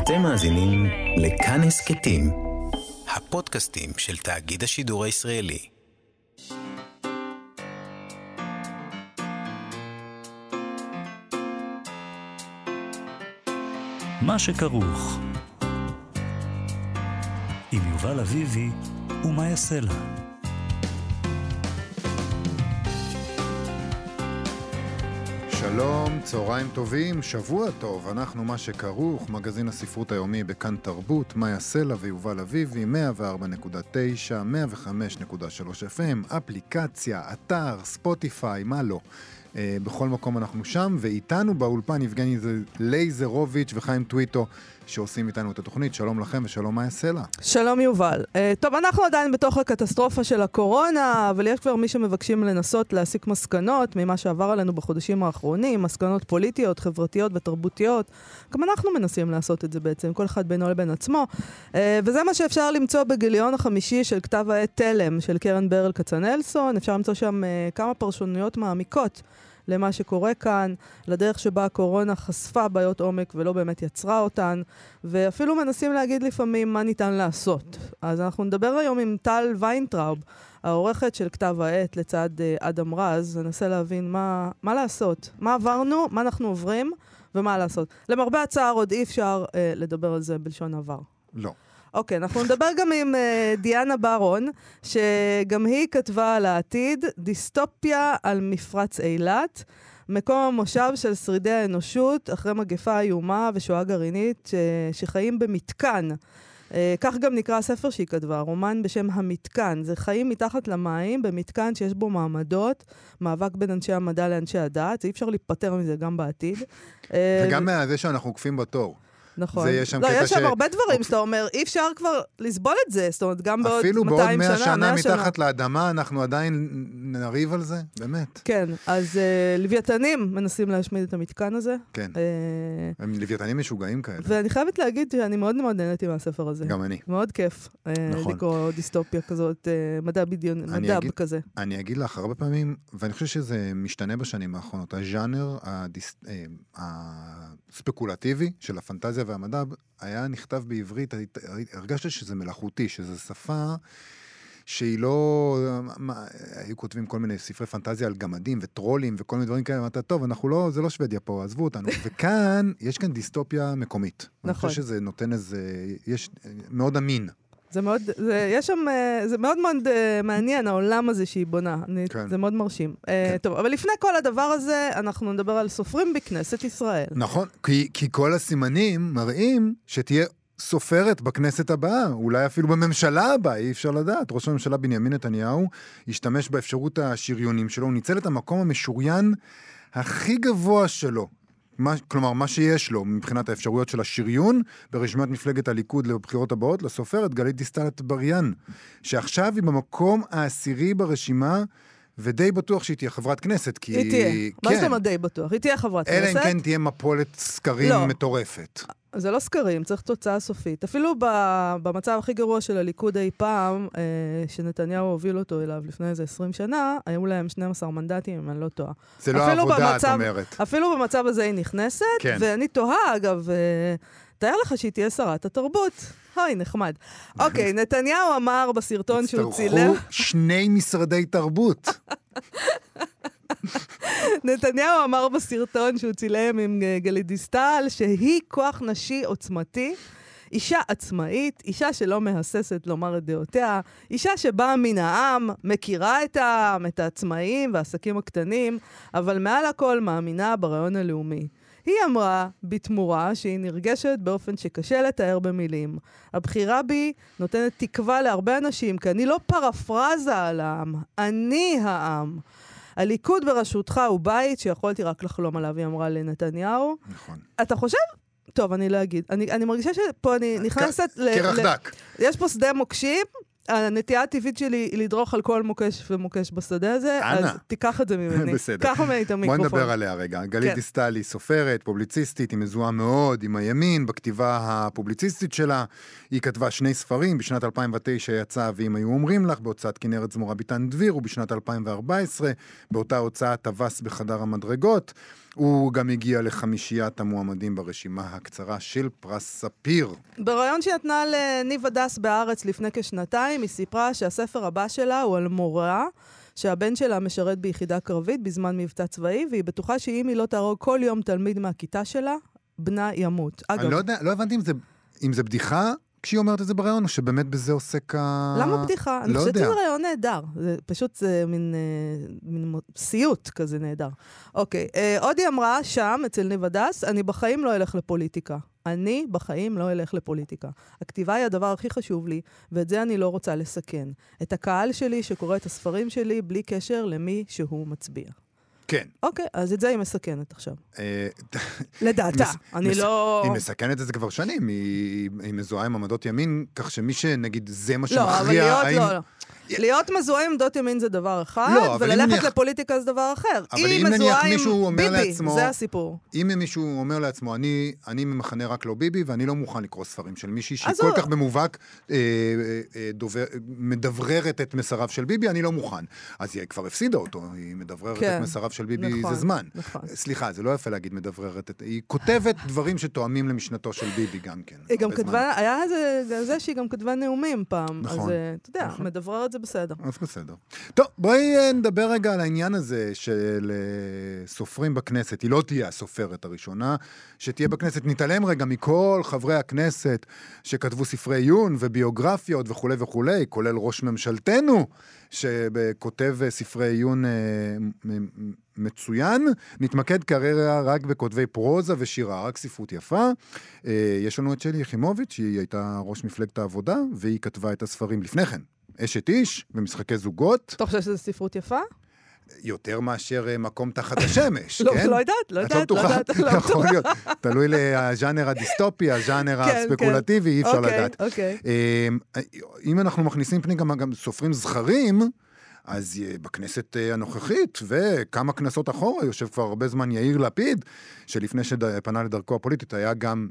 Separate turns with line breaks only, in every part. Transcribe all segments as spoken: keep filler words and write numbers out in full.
אתם מאזינים לכאן הסכתים, הפודקאסטים של תאגיד השידור הישראלי.
מה שכרוך עם יובל אביבי ומה יעשה לה.
שלום, צהריים טובים, שבוע טוב, אנחנו מה שכרוך, מגזין הספרות היומי בכאן תרבות, מה יעשה לה ויובל אביבי, מאה וארבע נקודה תשע, מאה וחמש נקודה שלוש אף אם, אפליקציה, אתר, ספוטיפיי, מה לא. Uh, בכל מקום אנחנו שם, ואיתנו באולפן יבגני לייזרוביץ' וחיים טוויטו, שעושים איתנו את התוכנית. שלום לכם ושלום מה יעשה לה.
שלום יובל. Uh, טוב, אנחנו עדיין בתוך הקטסטרופה של הקורונה, אבל יש כבר מי שמבקשים לנסות להסיק מסקנות ממה שעבר עלינו בחודשים האחרונים, מסקנות פוליטיות, חברתיות ותרבותיות. גם אנחנו מנסים לעשות את זה בעצם, כל אחד בינו לבין עצמו. Uh, וזה מה שאפשר למצוא בגיליון החמישי של כתב העת תלם של קרן ברל כצנלסון. אפשר למצוא שם uh, כמה פרשנויות מעמיקות למה שקורה כאן, לדרך שבה הקורונה חשפה בעיות עומק ולא באמת יצרה אותן, ואפילו מנסים להגיד לפעמים מה ניתן לעשות. אז אנחנו נדבר היום עם טל ויינטראוב, העורכת של כתב העת לצד uh, אדם רז, ננסה להבין מה, מה לעשות, מה עברנו, מה אנחנו עוברים ומה לעשות. למרבה הצער עוד אי אפשר uh, לדבר על זה בלשון עבר.
לא.
אוקיי, אנחנו נדבר גם עם uh, דיאנה ברון, שגם היא כתבה על העתיד, דיסטופיה על מפרץ אילת, מקום המושב של שרידי האנושות, אחרי מגפה איומה ושואה גרעינית, ש... שחיים במתקן. Uh, כך גם נקרא הספר שהיא כתבה, רומן בשם המתקן. זה חיים מתחת למים, במתקן שיש בו מעמדות, מאבק בין אנשי המדע לאנשי הדת, אי אפשר להיפטר מזה גם בעתיד.
וגם uh, זה שאנחנו עוקפים בתור.
נכון.
זה יש שם
לא,
קטע
יש שם
ש...
הרבה דברים שאתה אומר, אי אפשר כבר לסבול את זה, זאת אומרת, גם בעוד
אפילו בעוד
מאתיים
מאה
שנה,
שנה
מאה
מתחת לאדמה, אנחנו עדיין נריב על זה, באמת.
כן, אז uh, לוויתנים מנסים להשמיד את המתקן הזה.
כן,
uh,
הם לוויתנים משוגעים כאלה.
ואני חייבת להגיד שאני מאוד מאוד נהניתי מהספר הזה.
גם אני.
מאוד כיף uh,
נכון.
לקרוא דיסטופיה כזאת, uh, מדע בדיון, מדע
אגיד,
כזה.
אני אגיד לך הרבה פעמים, ואני חושב שזה משתנה בשנים האחרונות, הז'אנר הדיס... הספקולטיבי של הפנטזיה והמדע היה נכתב בעברית, הרגשת שזה מלאכותי, שזה שפה שהיא לא, מה, היו כותבים כל מיני ספרי פנטזיה על גמדים וטרולים וכל מיני דברים כאלה, אמרת, טוב, אנחנו לא, זה לא שוודיה פה, עזבו אותנו. וכאן, יש כאן דיסטופיה מקומית.
נכון.
אני חושב שזה נותן איזה, יש, מאוד אמין.
זה מאוד, זה, יש שם, זה מאוד מאוד uh, מעניין, העולם הזה שהיא בונה. אני,
כן.
זה מאוד מרשים.
כן.
Uh, טוב, אבל לפני כל הדבר הזה, אנחנו נדבר על סופרים בכנסת ישראל.
נכון, כי, כי כל הסימנים מראים שתהיה סופרת בכנסת הבאה, אולי אפילו בממשלה הבאה, אי אפשר לדעת. ראש הממשלה בנימין נתניהו השתמש באפשרות השריונים שלו, הוא ניצל את המקום המשוריין הכי גבוה שלו. מה, כלומר, מה שיש לו מבחינת האפשרויות של השריון, ברשימת מפלגת הליכוד לבחירות הבאות, לסופרת גלית דיסטל אטבריאן, שעכשיו היא במקום העשירי ברשימה, ודי בטוח שהיא תהיה חברת כנסת, כי...
היא תהיה.
כן.
מה זאת אומרת די בטוח? היא תהיה חברת כנסת.
אלא אם כן תהיה מפולת סקרים
לא.
מטורפת.
זה לא סקרים, צריך תוצאה סופית. אפילו ב- במצב הכי גרוע של הליכוד אי פעם, אה, שנתניהו הוביל אותו אליו לפני איזה עשרים שנה, היו להם שנים עשר מנדטים, אם אני לא טועה.
זה לא עבודה, את אומרת.
אפילו במצב הזה היא נכנסת,
כן.
ואני תוהה, אגב, אה, תאר לך שהיא תהיה שרת התרבות. אוי, נחמד. אוקיי, נתניהו אמר בסרטון שהוא צילם...
הצטרכו שני משרדי תרבות.
נתניהו אמר בסרטון שהוא צילם עם גלית דיסטל, שהיא כוח נשי עוצמתי, אישה עצמאית, אישה שלא מהססת לומר את דעותיה, אישה שבאה מן העם, מכירה את העם, את העצמאים והעסקים הקטנים, אבל מעל הכל מאמינה ברעיון הלאומי. היא אמרה בתמורה שהיא נרגשת באופן שקשה לתאר במילים. הבחירה בי נותנת תקווה להרבה אנשים, כי אני לא פרפרזה על העם, אני העם. הליכוד בראשותך הוא בית שיכולתי רק לחלום עליו, היא אמרה לנתניהו.
נכון.
אתה חושב? טוב, אני לא אגיד. אני, אני מרגישה שפה אני נכנסת...
קרח דק.
יש פה שדה מוקשים, הנטייה הטבעית שלי היא לדרוך על כל מוקש ומוקש בשדה הזה,
אנא.
אז תיקח את זה ממני.
בסדר.
קח ממני את המיקרופון.
בוא נדבר עליה רגע. גלית
כן.
דיסטל היא סופרת, פובליציסטית, היא מזוהה מאוד עם הימין, בכתיבה הפובליציסטית שלה. היא כתבה שני ספרים, בשנת אלפיים ותשע יצא ואם היו אומרים לך, בהוצאת כנרת זמורה ביטן דביר, ובשנת אלפיים וארבע עשרה, באותה הוצאה טווס בחדר המדרגות. הוא גם הגיע לחמישיית המועמדים ברשימה הקצרה של פרס ספיר.
בראיון שנתנה לניב הדס בארץ לפני כשנתיים, היא סיפרה שהספר הבא שלה הוא על מורה, שהבן שלה משרת ביחידה קרבית בזמן מבצע צבאי, והיא בטוחה שאם היא לא תהרוג כל יום תלמיד מהכיתה שלה, בנה ימות.
אגב, אני לא, יודע, לא הבנתי אם זה, אם זה בדיחה, כשהיא אומרת את זה בראיון, או שבאמת בזה עוסק ה...
למה בדיחה? אני
לא
חושבת
יודע.
שזה ראיון נהדר. זה פשוט זה מין, אה, מין סיוט כזה נהדר. אוקיי, אה, עוד היא אמרה שם, אצל ניב הדס, אני בחיים לא אלך לפוליטיקה. אני בחיים לא אלך לפוליטיקה. הכתיבה היא הדבר הכי חשוב לי, ואת זה אני לא רוצה לסכן. את הקהל שלי שקורא את הספרים שלי בלי קשר למי שהוא מצביע.
כן.
אוקיי, אז את זה היא מסכנת עכשיו. לדעתה, אני לא...
היא מסכנת את זה כבר שנים, היא מזוהה עם עמדות ימין, כך שמי שנגיד זה מה שמכריע...
לא, אבל להיות לא. להיות מזוהה עם עמדות ימין זה דבר אחד, וללכת לפוליטיקה זה דבר אחר. היא מזוהה עם ביבי, זה הסיפור.
אם מישהו אומר לעצמו, אני ממחנה רק לא ביבי, ואני לא מוכן לקרוא ספרים של מישהי שהיא כל כך במובהק מדבררת את מסריו של ביבי, אני לא מוכן. אז היא כבר הפסידה אותו, היא מדבררת את מסריו של ביבי זה זמן. סליחה, זה לא יפה להגיד מדבררת, היא כותבת דברים שתואמים למשנתו של ביבי גם כן.
היא גם כתבה, היה זה שהיא גם כתבה נאומים פעם, אז אתה יודע, מדבררת זה בסדר.
אז בסדר. טוב, בואי נדבר רגע על העניין הזה של סופרים בכנסת. היא לא תהיה הסופרת הראשונה שתהיה בכנסת. נתעלם רגע מכל חברי הכנסת שכתבו ספרי עיון וביוגרפיות וכו' וכו', כולל ראש ממשלתנו, שכותב ספרי עיון מצוין. נתמקד כרגע רק בכותבי פרוזה ושירה, רק ספרות יפה. יש לנו את שלי יחימוביץ', היא הייתה ראש מפלגת העבודה, והיא כתבה את הספרים לפני כן. אשת איש ומשחקי זוגות.
אתה חושב שזה ספרות יפה?
יותר מאשר מקום תחת השמש,
לא,
כן?
לא יודעת, לא יודעת, לא יודעת.
יכול להיות. תלוי לז'אנר הדיסטופי, הז'אנר הספקולטיבי, אי אפשר לדעת. אם אנחנו מכניסים פני גם סופרים זכרים, אז בכנסת הנוכחית, וכמה כנסות אחורה, יושב כבר הרבה זמן יאיר לפיד, שלפני שפנה לדרכו הפוליטית, היה גם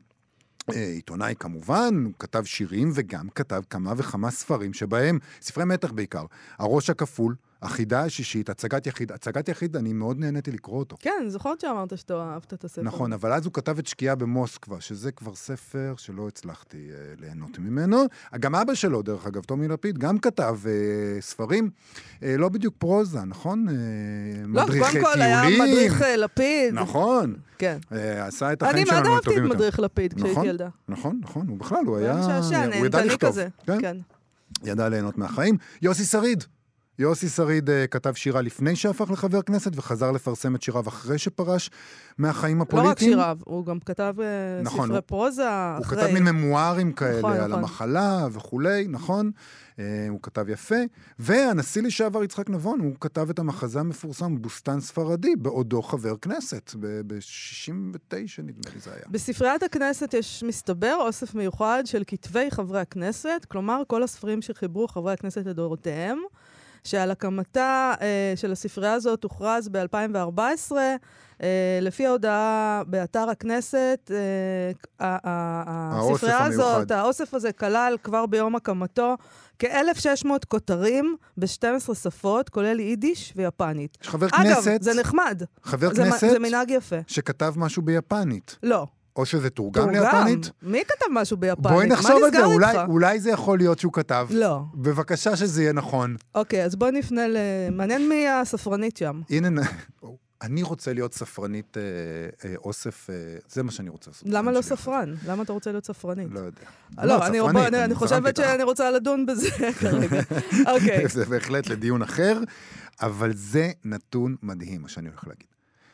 עיתונאי כמובן, הוא כתב שירים וגם כתב כמה וכמה ספרים שבהם, ספרי מתח בעיקר, הראש הכפול, החידה השישית, הצגת יחיד, הצגת יחיד, אני מאוד נהניתי לקרוא אותו.
כן, זוכרת שאמרת שאתה אהבת את הספר.
נכון, אבל אז הוא כתב את שקיעה במוסקבה, שזה כבר ספר שלא הצלחתי אה, ליהנות ממנו. גם אבא שלו, דרך אגב, טומי לפיד, גם כתב אה, ספרים, אה, לא בדיוק פרוזה, נכון? אה,
לא, קודם כל היה מדריך לפיד.
נכון.
כן.
אה, עשה את החיים שלנו
הטובים יותר.
אני
מאוד אהבתי את מדריך לפיד כשהייתי ילדה.
נכון, נכון, הוא בכלל, הוא היה...
הוא ידע לכתוב. כן.
ידע ליהנות מהחיים. יוסי שריד. יוסי שריד uh, כתב שירה לפני שהפך לחבר כנסת, וחזר לפרסם את שיריו אחרי שפרש מהחיים הפוליטיים. לא רק
שיריו, הוא גם כתב uh, נכון, ספרי הוא, פרוזה
הוא
אחרי...
כתב מין ממוארים כאלה
נכון,
על
נכון.
המחלה וכולי, נכון? Uh, הוא כתב יפה. והנשיא לשעבר יצחק נבון, הוא כתב את המחזה המפורסם, בוסטן ספרדי, בעודו חבר כנסת, ב-שישים ותשע נדמה לי זה היה.
בספריית הכנסת יש מסתבר אוסף מיוחד של כתבי חברי הכנסת, כלומר כל הספרים שחיברו חברי הכנסת לדורותיהם, שעל הקמתה אה, של הספרייה הזאת הוכרז ב-אלפיים וארבע עשרה, אה, לפי ההודעה באתר הכנסת, אה, הספרייה הזאת, האוסף הזה כלל כבר ביום הקמתו, כ-אלף ושש מאות כותרים ב-שתים עשרה שפות, כולל יידיש ויפנית.
יש חבר כנסת...
אגב, זה נחמד.
חבר
זה,
כנסת...
זה מנהג יפה.
שכתב משהו ביפנית.
לא.
או שזה תורגם ליפנית?
מי כתב משהו ביפנית?
בואי נחשוב על זה, אולי, אולי זה יכול להיות שהוא כתב.
לא.
בבקשה שזה יהיה נכון.
אוקיי, אז בואי נפנה ל... מעניין מי הספרנית שם.
הנה, אני רוצה להיות ספרנית אה, אה, אוסף, אה, זה מה שאני רוצה לעשות.
למה לא ספרן? למה אתה רוצה להיות ספרנית?
לא יודע.
לא, אני, בוא, אני, אני חושבת שאני רוצה לדון בזה כרגע. אוקיי.
זה בהחלט לדיון אחר, אבל זה נתון מדהים, מה שאני הולך להגיד.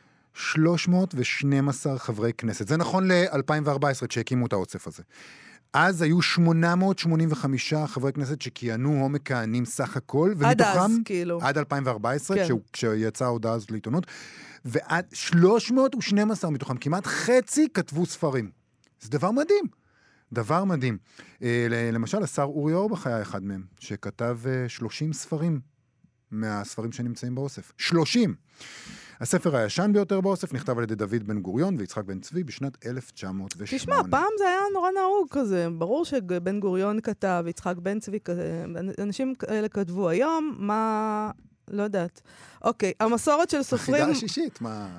שלוש מאות ושתים עשרה חברי כנסת. זה נכון ל-אלפיים וארבע עשרה, כשהקימו את האוסף הזה. אז היו שמונה מאות שמונים וחמישה חברי כנסת שכיהנו או מכהנים סך הכל,
עד ומתוכם, אז, כאילו.
עד אלפיים וארבע עשרה, כן. כשיצאה ההודעה הזאת לעיתונות, ועד שלוש מאות ושתים עשרה מתוכם, כמעט חצי כתבו ספרים. זה דבר מדהים. דבר מדהים. למשל, השר אורי אורבך היה אחד מהם, שכתב שלושים ספרים מהספרים שנמצאים באוסף. שלושים. הספר הישן ביותר באוסף נכתב על ידי דוד בן גוריון ויצחק בן צבי בשנת אלף תשע מאות ושמונה.
תשמע, פעם זה היה נורא נהוג כזה. ברור שבן גוריון כתב, יצחק בן צבי כזה, אנשים כאלה כתבו היום, מה... לא יודעת. אוקיי, המסורת של סופרים...
החידה השישית, מה...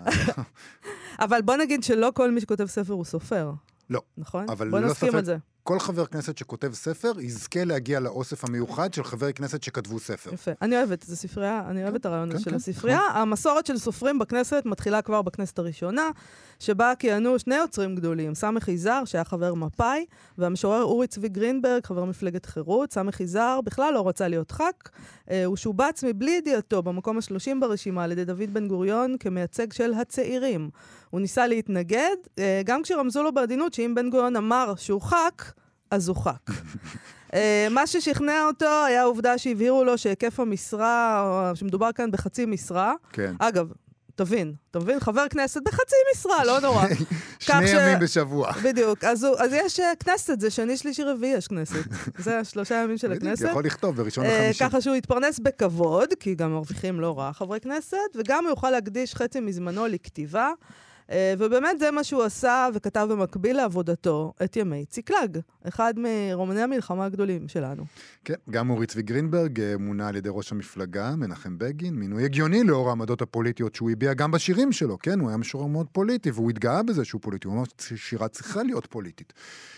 אבל בוא נגיד שלא כל מי שכותב ספר הוא סופר.
לא.
נכון?
אבל
בוא
לא
נסכים
ספק,
על זה.
כל חבר כנסת שכותב ספר יזכה להגיע לאוסף המיוחד של חבר כנסת שכתבו ספר.
יפה. אני אוהבת, זו ספרייה, אני אוהבת את הרעיון
כן,
הזה של
כן,
הספרייה. המסורת של סופרים בכנסת מתחילה כבר בכנסת הראשונה, שבה כיהנו שני יוצרים גדולים, סמך יזהר, שהיה חבר מפא"י, והמשורר אורי צבי גרינברג, חבר מפלגת חירות. סמך יזהר בכלל לא רצה להיות ח"כ, אה, הוא שובץ מבלי ידיעתו במקום השלושים ברשימה על ידי דוד בן גוריון כמייצג של הצעירים. הוא ניסה להתנגד, אה, גם כשרמזו לו בעדינות שאם בן גוריון אמר שהוא ח"כ, אז הוא ח"כ. uh, מה ששכנע אותו היה העובדה שהבהירו לו שהיקף המשרה, או שמדובר כאן בחצי משרה.
כן.
אגב, תבין, תבין, חבר כנסת בחצי משרה, לא נורא.
שני ימים בשבוע.
בדיוק, אז, הוא, אז יש uh, כנסת, זה שני, שלישי, רביעי יש כנסת. זה השלושה ימים של הכנסת.
יכול לכתוב בראשון
uh,
לחמישי.
ככה שהוא יתפרנס בכבוד, כי גם מרוויחים לא רע חברי כנסת, וגם הוא יוכל להקדיש חצי מזמנו לכתיבה. Uh, ובאמת זה מה שהוא עשה וכתב במקביל לעבודתו את ימי ציקלג, אחד מרומני המלחמה הגדולים שלנו.
כן, גם אורי צבי גרינברג מונה על ידי ראש המפלגה, מנחם בגין, מינוי הגיוני לאור העמדות הפוליטיות שהוא הביע גם בשירים שלו, כן, הוא היה משורר מאוד פוליטי, והוא התגאה בזה שהוא פוליטי, הוא אמר ששירה צריכה להיות פוליטית.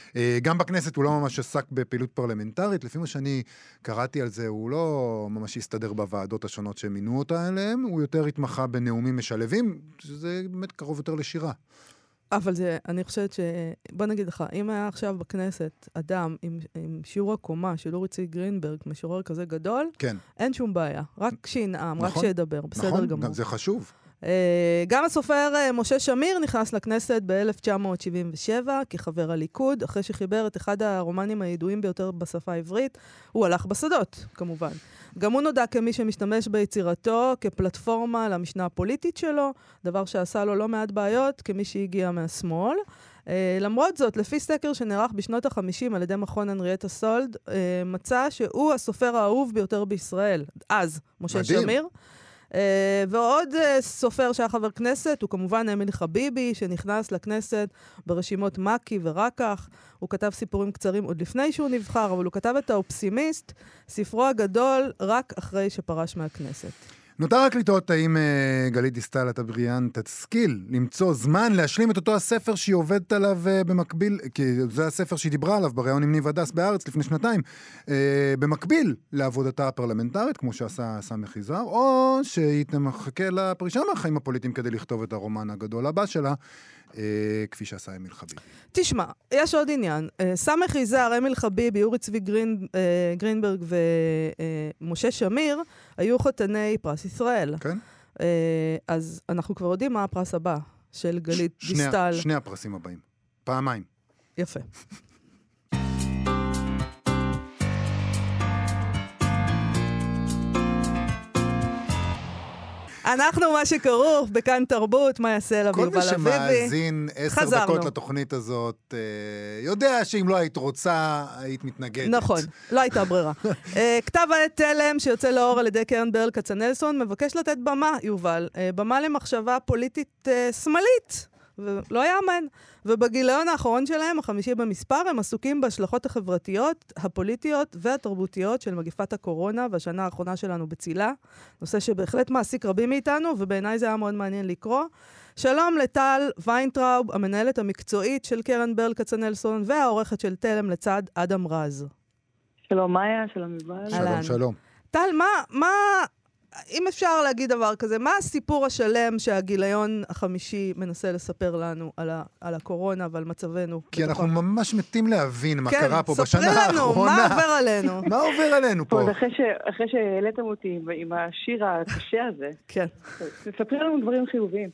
גם בכנסת הוא לא ממש עסק בפעילות פרלמנטרית, לפי מה שאני קראתי על זה, הוא לא ממש הסתדר בוועדות השונות שמינו אותה אליהם, הוא יותר התמחה בנאומים משלבים, שזה באמת קרוב יותר לשירה.
אבל זה, אני חושבת ש... בוא נגיד לך, אם היה עכשיו בכנסת אדם עם, עם שיעור הקומה של אורי צבי גרינברג, משורר כזה גדול, כן. אין שום בעיה. רק שינעם, נכון, רק שידבר, בסדר
נכון,
גמור.
גם זה חשוב.
Uh, גם הסופר uh, משה שמיר נכנס לכנסת ב-אלף תשע מאות שבעים ושבע כחבר הליכוד, אחרי שחיבר את אחד הרומנים הידועים ביותר בשפה העברית, הוא הלך בשדות, כמובן. גם הוא נודע כמי שמשתמש ביצירתו כפלטפורמה למשנה הפוליטית שלו, דבר שעשה לו לא מעט בעיות כמי שהגיע מהשמאל. Uh, למרות זאת, לפי סקר שנערך בשנות ה-חמישים על ידי מכון הנריאטה סולד, uh, מצא שהוא הסופר האהוב ביותר בישראל. אז, משה מדהים. שמיר. Uh, ועוד uh, סופר שהיה חבר כנסת, הוא כמובן אמיל חביבי, שנכנס לכנסת ברשימות מקי ורקח. הוא כתב סיפורים קצרים עוד לפני שהוא נבחר, אבל הוא כתב את האופסימיסט, ספרו הגדול, רק אחרי שפרש מהכנסת.
נותר רק לטעות האם uh, גלית דיסטל הטבריאן תשכיל למצוא זמן להשלים את אותו הספר שהיא עובדת עליו uh, במקביל, כי זה הספר שהיא דיברה עליו בראיון עם ניב הדס בארץ לפני שנתיים, uh, במקביל לעבודתה הפרלמנטרית, כמו שעשה סמך יזהר, או שהיא תמחכה לפרישה מהחיים הפוליטיים כדי לכתוב את הרומן הגדול הבא שלה, Uh, כפי שעשה אמיל חביבי.
תשמע, יש עוד עניין. Uh, סמך יזהר, אמיל חביבי, אורי צבי גרין, uh, גרינברג ומשה uh, שמיר היו חותני פרס ישראל. כן. Uh, אז אנחנו כבר יודעים מה הפרס הבא של גלית ש- דיסטל.
שני, שני הפרסים הבאים. פעמיים.
יפה. אנחנו מה שכרוך בכאן תרבות, מה יעשה לה ביובל אביבי.
כל מי שמאזין עשר דקות לתוכנית הזאת, יודע שאם לא היית רוצה, היית מתנגדת.
נכון, לא הייתה ברירה. כתב העת תלם שיוצא לאור על ידי קרן ברל כצנלסון, מבקש לתת במה, יובל, במה למחשבה פוליטית שמאלית. ולא יאמן. ובגיליון האחרון שלהם, החמישי במספר, הם עסוקים בהשלכות החברתיות, הפוליטיות והתרבותיות של מגיפת הקורונה, והשנה האחרונה שלנו בצילה. נושא שבהחלט מעסיק רבים מאיתנו, ובעיניי זה היה מאוד מעניין לקרוא. שלום לטל ויינטראוב, המנהלת המקצועית של קרן ברל כצנלסון, והעורכת של תלם לצד אדם רז.
שלום מאיה, שלום יובל.
שלום, שלום.
טל, מה, מה... אם אפשר להגיד דבר כזה, מה הסיפור השלם שהגיליון החמישי מנסה לספר לנו על, ה, על הקורונה ועל מצבנו?
כי בתוכה? אנחנו ממש מתים להבין מה
כן,
קרה פה בשנה האחרונה.
כן, ספרי לנו, מה עובר עלינו?
מה עובר עלינו פה?
אחרי, ש, אחרי שהעליתם אותי עם, עם השיר הקשה הזה,
כן.
ספרי לנו דברים חיוביים.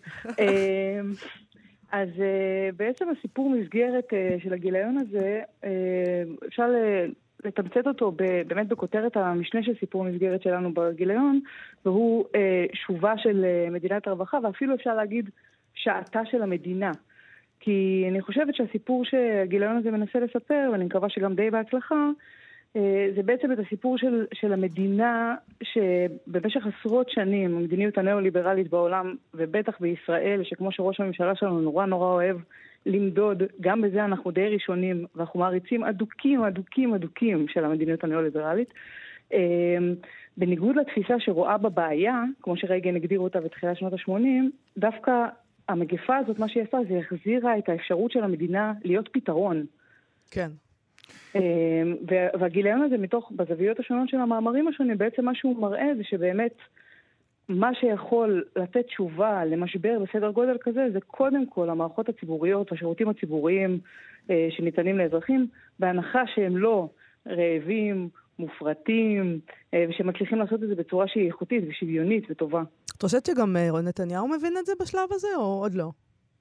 אז בעצם הסיפור מסגרת של הגיליון הזה, אפשר לתמצת אותו באמת בכותרת המשנה של סיפור מסגרת שלנו בגיליון, והוא שובה של מדינת הרווחה, ואפילו אפשר להגיד שעתה של המדינה. כי אני חושבת שהסיפור שהגיליון הזה מנסה לספר, ואני מקווה שגם די בהצלחה, זה בעצם את הסיפור של, של המדינה שבמשך עשרות שנים, המדיניות הנאו-ליברלית בעולם, ובטח בישראל, שכמו שראש הממשלה שלנו נורא נורא אוהב למדוד, גם בזה אנחנו די ראשונים, ואנחנו מעריצים אדוקים, אדוקים, אדוקים של המדיניות הנאו-ליברלית, בניגוד לתפיסה שרואה בבעיה, כמו שרייגן הגדיר אותה בתחילת שנות ה-שמונים, דווקא המגפה הזאת, מה שהיא עשה, זה החזירה את האפשרות של המדינה להיות פתרון.
כן.
והגיליון הזה מתוך, בזוויות השונות של המאמרים השונים, בעצם מה שהוא מראה זה שבאמת מה שיכול לתת תשובה למשבר בסדר גודל כזה, זה קודם כל המערכות הציבוריות, השירותים הציבוריים שניתנים לאזרחים, בהנחה שהם לא רעבים, מופרטים, ושמצליחים לעשות את זה בצורה שהיא איכותית ושוויונית וטובה.
את חושבת שגם נתניהו מבין את זה בשלב הזה, או עוד לא?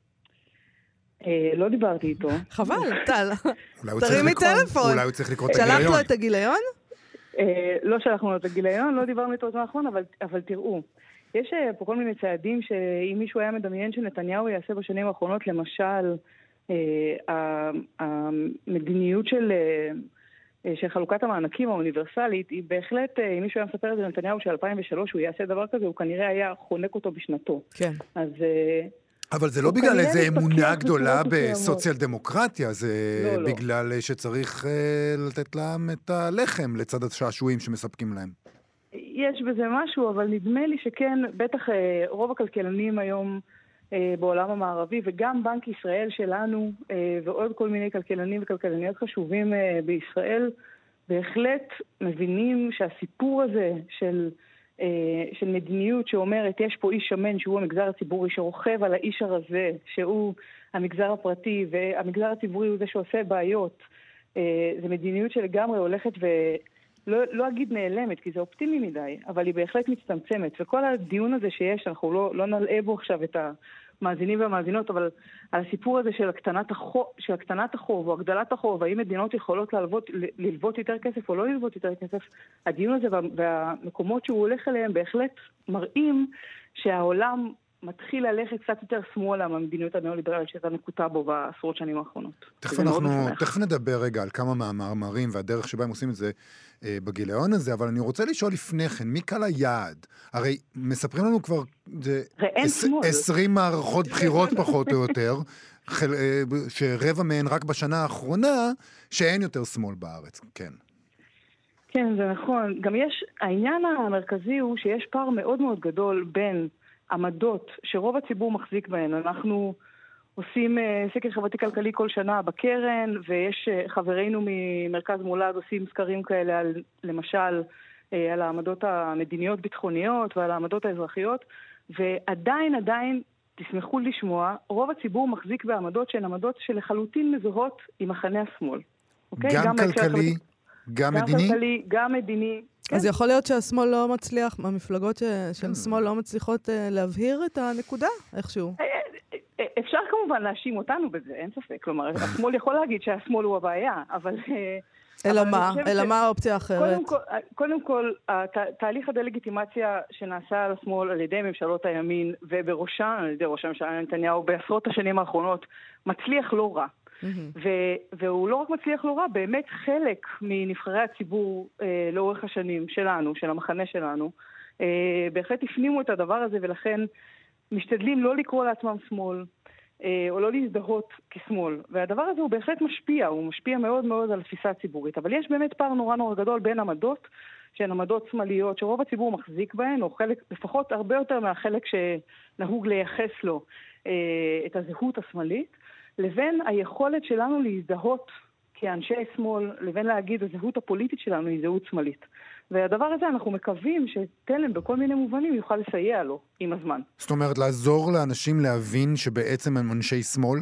לא דיברתי איתו.
חבל, טל.
תרימי טלפון. אולי הוא צריך לקרוא את הגיליון.
שלחת לו את הגיליון?
לא שלחנו לו את הגיליון, לא דיברנו איתו נכון, אבל תראו, יש פה כל מיני צעדים שאם מישהו היה מדמיין שנתניהו יעשה בשנים האחרונות, למשל, המדיניות של... של חלוקת המענקים האוניברסלית, היא בהחלט, אם מישהו היה מספר את זה לנתניהו של-אלפיים ושלוש, הוא יעשה דבר כזה, הוא כנראה היה חונק אותו בשנתו.
כן.
אז...
אבל זה לא בגלל איזו אמונה גדולה בסוציאל דמוקרטיה, זה בגלל שצריך לתת להם את הלחם לצד השעשועים שמספקים להם.
יש בזה משהו, אבל נדמה לי שכן, בטח רוב הכלכלנים היום בעולם המערבי, וגם בנק ישראל שלנו, ועוד כל מיני כלכלנים וכלכלניות חשובים בישראל, בהחלט מבינים שהסיפור הזה של, של מדיניות שאומרת, יש פה איש שמן שהוא המגזר הציבורי, שרוכב על האיש הרזה, שהוא המגזר הפרטי, והמגזר הציבורי הוא זה שעושה בעיות. זה מדיניות שלגמרי הולכת ו... לא, לא אגיד נעלמת, כי זה אופטימי מדי, אבל היא בהחלט מצטמצמת. וכל הדיון הזה שיש, אנחנו לא, לא נלאה בו עכשיו את המאזינים והמאזינות, אבל על הסיפור הזה של הקטנת החוב, של הקטנת החוב או הגדלת החוב, האם מדינות יכולות ללוות, ללוות יותר כסף או לא ללוות יותר כסף, הדיון הזה וה, והמקומות שהוא הולך אליהם בהחלט מראים שהעולם מתחיל ללכת קצת יותר שמאלה מהמדיניות הנאו-ליברלית שהייתה נקוטה בו בעשרות שנים האחרונות.
תכף אנחנו, תכף נדבר רגע על כמה מהמאמרים והדרך שבה הם עושים את זה אה, בגיליון הזה, אבל אני רוצה לשאול לפני כן, מי קל היעד? הרי מספרים לנו כבר עשרים מערכות בחירות פחות או יותר, חל, אה, שרבע מהן רק בשנה האחרונה, שאין יותר שמאל בארץ, כן.
כן, זה נכון. גם יש, העניין המרכזי הוא שיש פער מאוד מאוד גדול בין עמדות שרוב הציבור מחזיק בהן. אנחנו עושים סקר חברתי כלכלי כל שנה בקרן, ויש חברינו ממרכז מולד עושים סקרים כאלה על, למשל, על העמדות המדיניות ביטחוניות ועל העמדות האזרחיות, ועדיין, עדיין, תשמחו לשמוע, רוב הציבור מחזיק בעמדות שהן עמדות שלחלוטין מזוהות עם מחנה השמאל.
אוקיי? גם, גם כלכלי, גם מדיני?
גם כלכלי, גם מדיני.
אז יכול להיות שהשמאל לא מצליח, המפלגות של שמאל לא מצליחות להבהיר את הנקודה, איכשהו.
אפשר כמובן להאשים אותנו בזה, אין ספק. כלומר, השמאל יכול להגיד שהשמאל הוא הבעיה, אבל...
אלא מה? אלא מה האופציה האחרת?
קודם כל, תהליך הדלגיטימציה שנעשה על השמאל על ידי ממשלות הימין, ובראשן על ידי ראש הממשלה נתניהו בעשרות השנים האחרונות, מצליח לא רע. והוא לא רק מצליח לא רע, באמת חלק מנבחרי הציבור לאורך השנים שלנו, של המחנה שלנו, בהחלט הפנימו את הדבר הזה, ולכן משתדלים לא לקרוא לעצמם שמאל, או לא להזדהות כשמאל. והדבר הזה הוא בהחלט משפיע, הוא משפיע מאוד מאוד על התפיסה הציבורית. אבל יש באמת פער נורא נורא גדול בין עמדות, שהן עמדות שמאליות, שרוב הציבור מחזיק בהן, או חלק, לפחות הרבה יותר מהחלק שנהוג לייחס לו את הזהות השמאלית, לבין היכולת שלנו להזדהות כאנשי שמאל, לבין להגיד הזהות הפוליטית שלנו היא זהות שמאלית. והדבר הזה אנחנו מקווים שתלם בכל מיני מובנים יוכל לסייע לו עם הזמן.
זאת אומרת, לעזור לאנשים להבין שבעצם הם אנשי שמאל?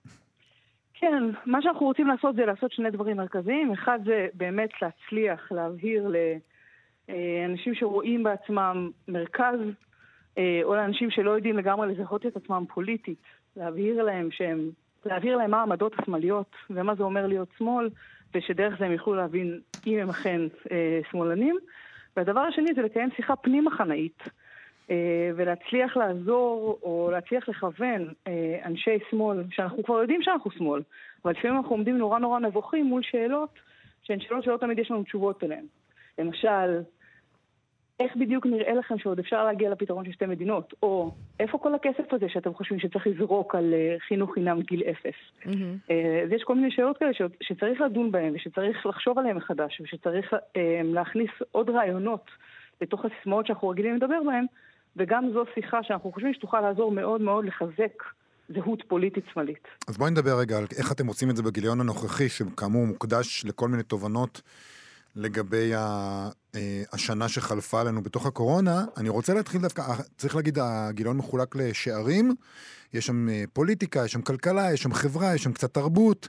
כן, מה שאנחנו רוצים לעשות זה לעשות שני דברים מרכזיים. אחד זה באמת להצליח, להבהיר לאנשים שרואים בעצמם מרכז, או לאנשים שלא יודעים לגמרי לזהות את עצמם פוליטית, להבהיר להם שהם להעביר להם מה העמדות השמאליות ומה זה אומר להיות שמאל, ושדרך זה הם יוכלו להבין אם הם אכן אה, שמאלנים. והדבר השני זה לקיים שיחה פנים מחנאית, אה, ולהצליח לעזור או להצליח לכוון אה, אנשי שמאל, שאנחנו כבר יודעים שאנחנו שמאל, אבל לפעמים אנחנו עומדים נורא נורא נבוכים מול שאלות, שהן שאלות שלא תמיד יש לנו תשובות אליהן. למשל, איך בדיוק נראה לכם שעוד אפשר להגיע לפתרון של שתי מדינות? או איפה כל הכסף הזה שאתם חושבים שצריך לזרוק על חינוך חינם גיל אפס? Mm-hmm. אז יש כל מיני שאלות כאלה שצריך לדון בהן, ושצריך לחשוב עליהן מחדש, ושצריך להכניס עוד רעיונות לתוך הסיסמאות שאנחנו רגילים לדבר בהן, וגם זו שיחה שאנחנו חושבים שתוכל לעזור מאוד מאוד לחזק זהות פוליטית שמאלית.
אז בואי נדבר רגע על איך אתם עושים את זה בגיליון הנוכחי, שכאמור מוקדש לכל מיני תובנות לגבי השנה שחלפה לנו בתוך הקורונה. אני רוצה להתחיל דווקא, צריך להגיד, הגיליון מחולק לשערים, יש שם פוליטיקה, יש שם כלכלה, יש שם חברה, יש שם קצת תרבות,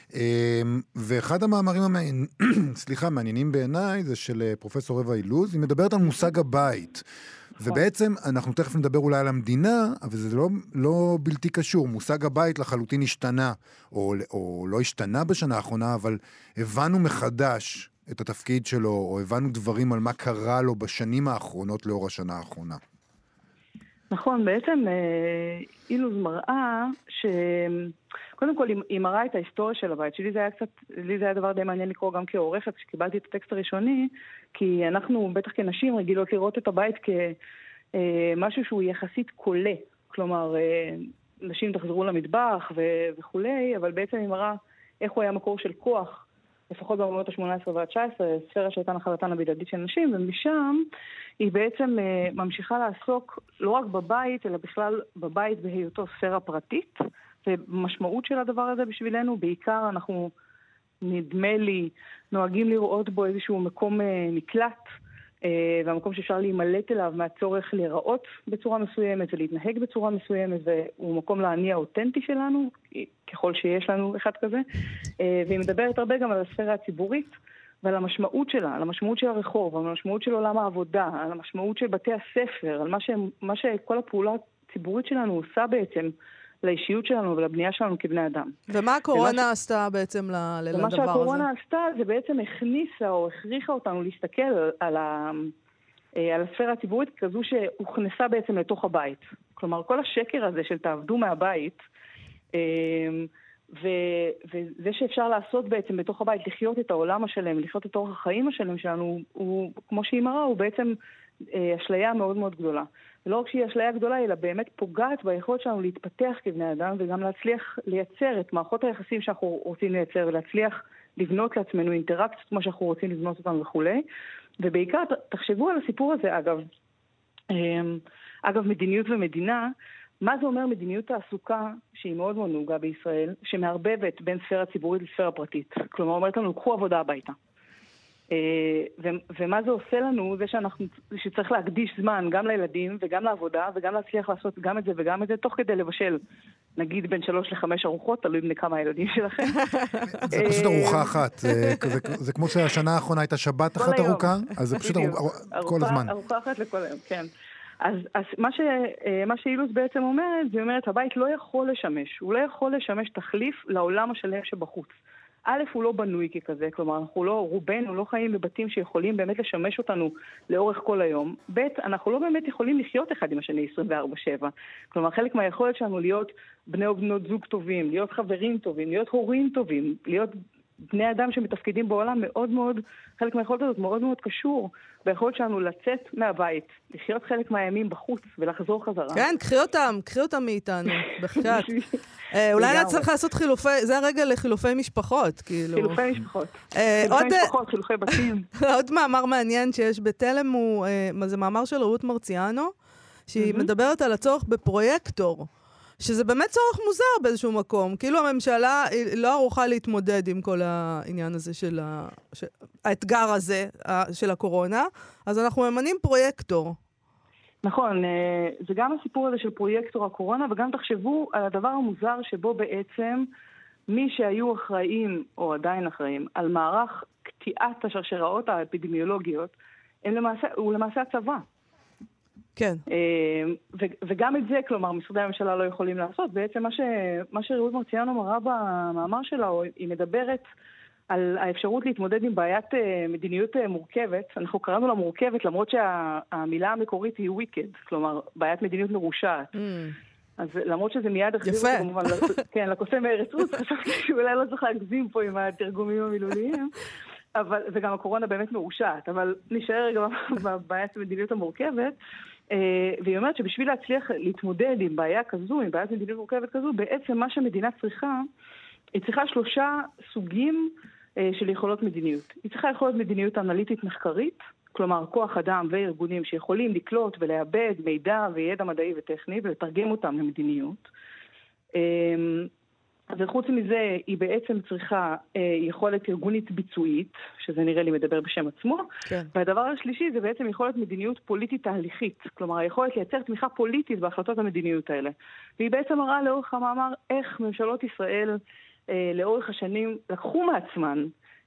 ואחד המאמרים המעניינים, סליחה, מעניינים בעיניי, זה של פרופסור רבע אילוז, היא מדברת על מושג הבית, ובעצם אנחנו תכף נדבר אולי על המדינה, אבל זה לא, לא בלתי קשור. מושג הבית לחלוטין השתנה, או, או לא השתנה בשנה האחרונה, אבל הבנו מחדש את התפקיד שלו, או הבנו דברים על מה קרה לו בשנים האחרונות לאור השנה האחרונה.
נכון, בעצם אילוז מראה ש... קודם כל, היא מראה את ההיסטוריה של הבית. שלי זה היה קצת, לי זה היה דבר די מעניין לקרוא גם כעורכת, כשקיבלתי את הטקסט הראשוני, כי אנחנו, בטח כנשים, רגילות לראות את הבית כמשהו שהוא יחסית קולה. כלומר, נשים תחזרו למטבח וכו', אבל בעצם היא מראה איך הוא היה מקור של כוח, לפחות במאות ה-שמונה עשרה וה-תשע עשרה, ספירה שהייתה נחלתן הבלעדית של נשים, ומשם היא בעצם ממשיכה לעסוק לא רק בבית, אלא בכלל בבית בהיותו ספירה פרטית, ומשמעות של הדבר הזה בשבילנו, בעיקר אנחנו, נדמה לי, נוהגים לראות בו איזשהו מקום מקלט, והמקום שאפשר להימלט אליו מהצורך להיראות בצורה מסוימת ולהתנהג בצורה מסוימת, והוא מקום להניע אותנטי שלנו, ככל שיש לנו אחד כזה. והיא מדברת הרבה גם על הספירה הציבורית, ועל המשמעות שלה, על המשמעות של הרחוב, על המשמעות של עולם העבודה, על המשמעות של בתי הספר, על מה, ש... מה שכל הפעולה הציבורית שלנו עושה בעצם לאישיות שלנו ולבנייה שלנו כבני אדם.
ומה הקורונה ומה... עשתה בעצם לדבר הזה?
ומה שהקורונה עשתה זה בעצם הכניסה או הכריחה אותנו להסתכל על, ה... על הספירה הציבורית כזו שהוכנסה בעצם לתוך הבית. כלומר, כל השקר הזה של תעבדו מהבית, ו- וזה שאפשר לעשות בעצם בתוך הבית, לחיות את העולם השלם, לחיות את אורח החיים השלם שלנו, הוא, כמו שהיא מראה, הוא בעצם אה, אשליה מאוד מאוד גדולה. ולא רק שהיא אשליה גדולה, אלא באמת פוגעת ביכולת שלנו להתפתח כבני אדם, וגם להצליח לייצר את מערכות היחסים שאנחנו רוצים לייצר, ולהצליח לבנות לעצמנו אינטראקציות כמו שאנחנו רוצים לבנות אותם וכו'. ובעיקר, תחשבו על הסיפור הזה, אגב, אה, אגב, מדיניות ומדינה, מה זה אומר מדיניות תעסוקה שהיא מאוד מאוד נהוגה בישראל, שמערבבת בין ספירה ציבורית לספירה פרטית? כלומר, אומרת לנו, קחו עבודה הביתה. ו- ומה זה עושה לנו? זה שאנחנו, שצריך להקדיש זמן גם לילדים וגם לעבודה, וגם להצליח לעשות גם את זה וגם את זה, תוך כדי לבשל, נגיד בין שלוש לחמש ארוחות, תלוי בני כמה הילדים שלכם.
זה פשוט ארוחה אחת. זה כמו שהשנה האחרונה הייתה שבת אחת ארוכה, אז זה פשוט כל הזמן.
ארוחה אחת לכל היום, כן. אז, אז מה, ש, מה שאילוז בעצם אומרת, זה אומרת, הבית לא יכול לשמש, הוא לא יכול לשמש תחליף לעולם השלם שבחוץ. א', הוא לא בנוי ככזה, כלומר, אנחנו לא, רובנו לא חיים בבתים שיכולים באמת לשמש אותנו לאורך כל היום. ב', אנחנו לא באמת יכולים לחיות אחד עם השני עשרים וארבע שבע. כלומר, חלק מהיכולת שלנו להיות בני או בנות זוג טובים, להיות חברים טובים, להיות הורים טובים, להיות בני אדם שמתפקידים בעולם מאוד מאוד, חלק מהיכולת הזאת מאוד מאוד קשור ביכולת שלנו לצאת מהבית, לחיות חלק מהימים בחוץ ולחזור חזרה.
כן, קחי אותם, קחי אותם מאיתנו, בחשת. אולי נצטרך לעשות חילופי, זה הרגע לחילופי משפחות, כאילו.
חילופי משפחות. חילופי משפחות, חילופי בתים.
עוד מאמר מעניין שיש בתלם, זה מאמר של רעות מרציאנו, שהיא מדברת על הצורך בפרויקטור. שזה באמת צורך מוזר באיזשהו מקום. כאילו הממשלה לא ערוכה להתמודד עם כל העניין הזה של ה... ש... האתגר הזה של הקורונה, אז אנחנו ממנים פרויקטור.
נכון, זה גם הסיפור הזה של פרויקטור הקורונה, וגם תחשבו על הדבר המוזר שבו בעצם מי שהיו אחראים, או עדיין אחראים, על מערך קטיעת השרשראות האפידמיולוגיות, הם למעשה, הוא למעשה הצבא.
כן.
וגם את זה, כלומר, משרדי הממשלה לא יכולים לעשות. בעצם מה, ש... מה שרעות מרציאנו מראה במאמר שלה, היא מדברת על האפשרות להתמודד עם בעיית מדיניות מורכבת. אנחנו קראנו לה מורכבת, למרות שהמילה המקורית היא wicked, כלומר, בעיית מדיניות מרושעת. Mm. אז למרות שזה מיד החזיר אותי, כמובן, כן, לקוסם בארץ רות, חשבתי שאולי לא צריך להגזים פה עם התרגומים המילוליים. אבל, וגם הקורונה באמת מרושעת, אבל נשאר רגע בבעיית המדיניות המורכבת, והיא אומרת שבשביל להצליח להתמודד עם בעיה כזו, עם בעיית מדיניות מורכבת כזו, בעצם מה שהמדינה צריכה, היא צריכה שלושה סוגים של יכולות מדיניות. היא צריכה יכולת מדיניות אנליטית מחקרית, כלומר כוח אדם וארגונים שיכולים לקלוט ולאבד מידע וידע מדעי וטכני ולתרגם אותם למדיניות. וחוץ מזה היא בעצם צריכה יכולת ארגונית ביצועית, שזה נראה לי מדבר בשם עצמו,
כן.
והדבר השלישי זה בעצם יכולת מדיניות פוליטית תהליכית, כלומר היכולת לייצר תמיכה פוליטית בהחלטות המדיניות האלה. והיא בעצם מראה לאורך המאמר איך ממשלות ישראל לאורך השנים לקחו מעצמן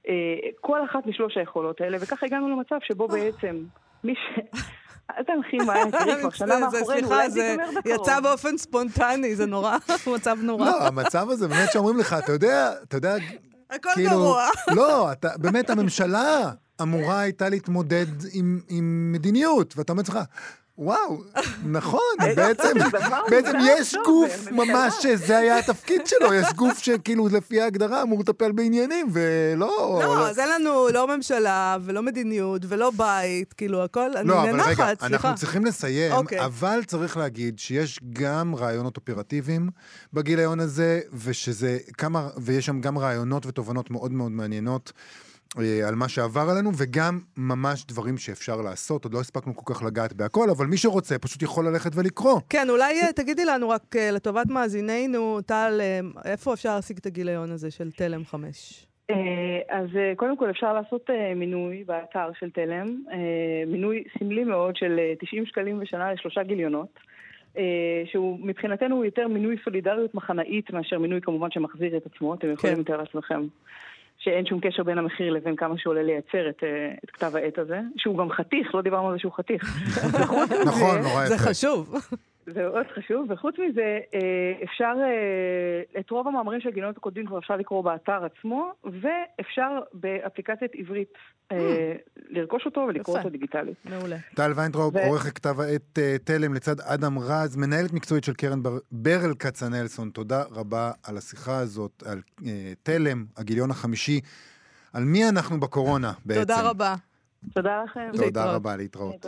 כל אחת משלוש היכולות האלה, וכך הגענו למצב שבו בעצם מי ש... אתה מכין מה היה תראי כבר שנה מאחורינו, אולי תגמר בקרוב.
יצא באופן ספונטני, זה נורא, מצב נורא.
לא, המצב הזה באמת שאומרים לך, אתה יודע, אתה יודע,
הכל גרוע.
לא, באמת הממשלה אמורה הייתה להתמודד עם מדיניות, ואתה אומר לך, וואו, נכון, בעצם, בעצם יש גוף ממש שזה היה התפקיד שלו, יש גוף שכאילו לפי ההגדרה אמור לטפל בעניינים, ולא...
לא, אז אין לנו לא ממשלה ולא מדיניות ולא בית, כאילו הכל, אני מנחת, סליחה.
לא, אבל רגע, אנחנו צריכים לסיים, אבל צריך להגיד שיש גם רעיונות אופרטיביים בגיליון הזה, ושזה כמה, ויש שם גם רעיונות ותובנות מאוד מאוד מעניינות, על מה שעבר עלינו, וגם ממש דברים שאפשר לעשות. עוד לא הספקנו כל כך לגעת בהכל, אבל מי שרוצה פשוט יכול ללכת ולקרוא.
כן, אולי תגידי לנו רק לטובת מאזיננו, טל, איפה אפשר להשיג את הגיליון הזה של תלם חמש?
אז קודם כל אפשר לעשות מינוי באתר של תלם, מינוי סמלי מאוד של תשעים שקלים בשנה לשלושה גיליונות, שהוא מבחינתנו הוא יותר מינוי סולידריות מחנאית מאשר מינוי כמובן שמחזיר את עצמו, אתם יכולים יותר לעצמכם. שאין שום קשר בין המחיר לבין כמה שעולה לייצר את, את כתב העת הזה, שהוא גם חתיך, לא דיברנו על זה שהוא חתיך.
נכון, נורא יפה.
זה חשוב.
זה מאוד חשוב, וחוץ מזה, אפשר, את רוב המאמרים של הגיליונות הקודמים כבר אפשר לקרוא באתר עצמו, ואפשר באפליקציית עברית לרכוש אותו ולקרוא אותו דיגיטלית.
מעולה.
טל ויינטראוב, עורך כתב העת תלם לצד אדם רז, מנהלת מקצועית של קרן ברל כצנלסון. תודה רבה על השיחה הזאת, על תלם, הגיליון החמישי. על מי אנחנו בקורונה בעצם.
תודה רבה.
תודה לכם.
תודה רבה, להתראות.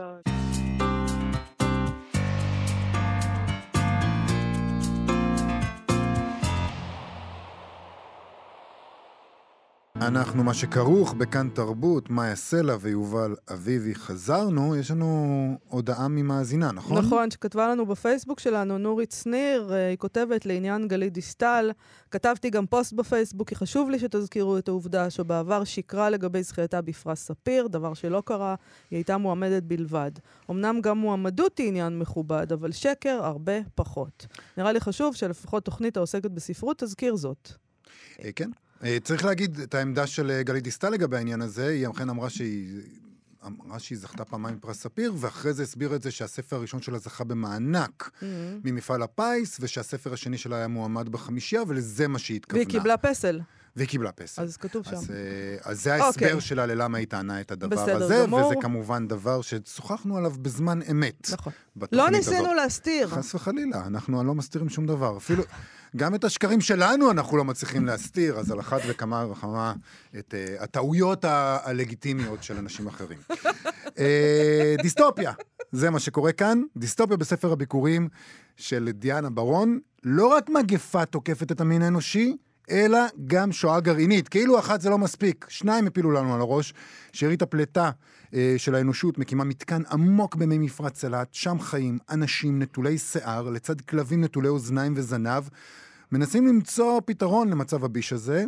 אנחנו מה שכרוך בכאן תרבות, מאיה סלע ויובל אביבי. חזרנו, יש לנו הודעה ממאזינה, נכון?
נכון, שכתבה לנו בפייסבוק שלנו, נורית שניר, היא כותבת לעניין גלית דיסטל, כתבתי גם פוסט בפייסבוק, כי חשוב לי שתזכירו את העובדה שבעבר שיקרה לגבי זכייתה בפרס ספיר, דבר שלא קרה, היא הייתה מועמדת בלבד. אמנם גם מועמדות היא עניין מכובד, אבל שקר הרבה פחות. נראה לי חשוב שלפחות תוכנית העוסקת בספרות תזכיר זאת.
כן. צריך להגיד את העמדה של גלית דיסטל לגבי העניין הזה, היא אכן אמרה שהיא, אמרה שהיא זכתה פעמיים פרס ספיר, ואחרי זה הסבירה את זה שהספר הראשון שלה זכה במענק mm-hmm. ממפעל הפיס, ושהספר השני שלה היה מועמד בחמישייה, ולזה מה שהיא התכוונה.
והיא קיבלה פסל.
והיא קיבלה פסל.
אז כתוב שם.
אז, אז זה ההסבר okay. שלה ללמה היא טענה את הדבר הזה, גמור. וזה כמובן דבר ששוחחנו עליו בזמן אמת.
נכון. לא ניסינו הזאת. להסתיר.
חס וחלילה, אנחנו לא מסתירים שום דבר. אפילו, גם את השקרים שלנו אנחנו לא מצליחים להסתיר, אז על אחת וכמה וכמה את uh, הטעויות ה- הלגיטימיות של אנשים אחרים. uh, דיסטופיה, זה מה שקורה כאן. דיסטופיה בספר הביקורים של דיאנה ברון, לא רק מגפה תוקפת את המין האנושי, אלא גם שואה גרעינית. כאילו אחת זה לא מספיק. שניים הפילו לנו על הראש. שארית הפלטה אה, של האנושות מקימה מתקן עמוק במי מפרץ צלת, שם חיים אנשים נטולי שיער, לצד כלבים נטולי אוזניים וזנב, מנסים למצוא פתרון למצב הביש הזה,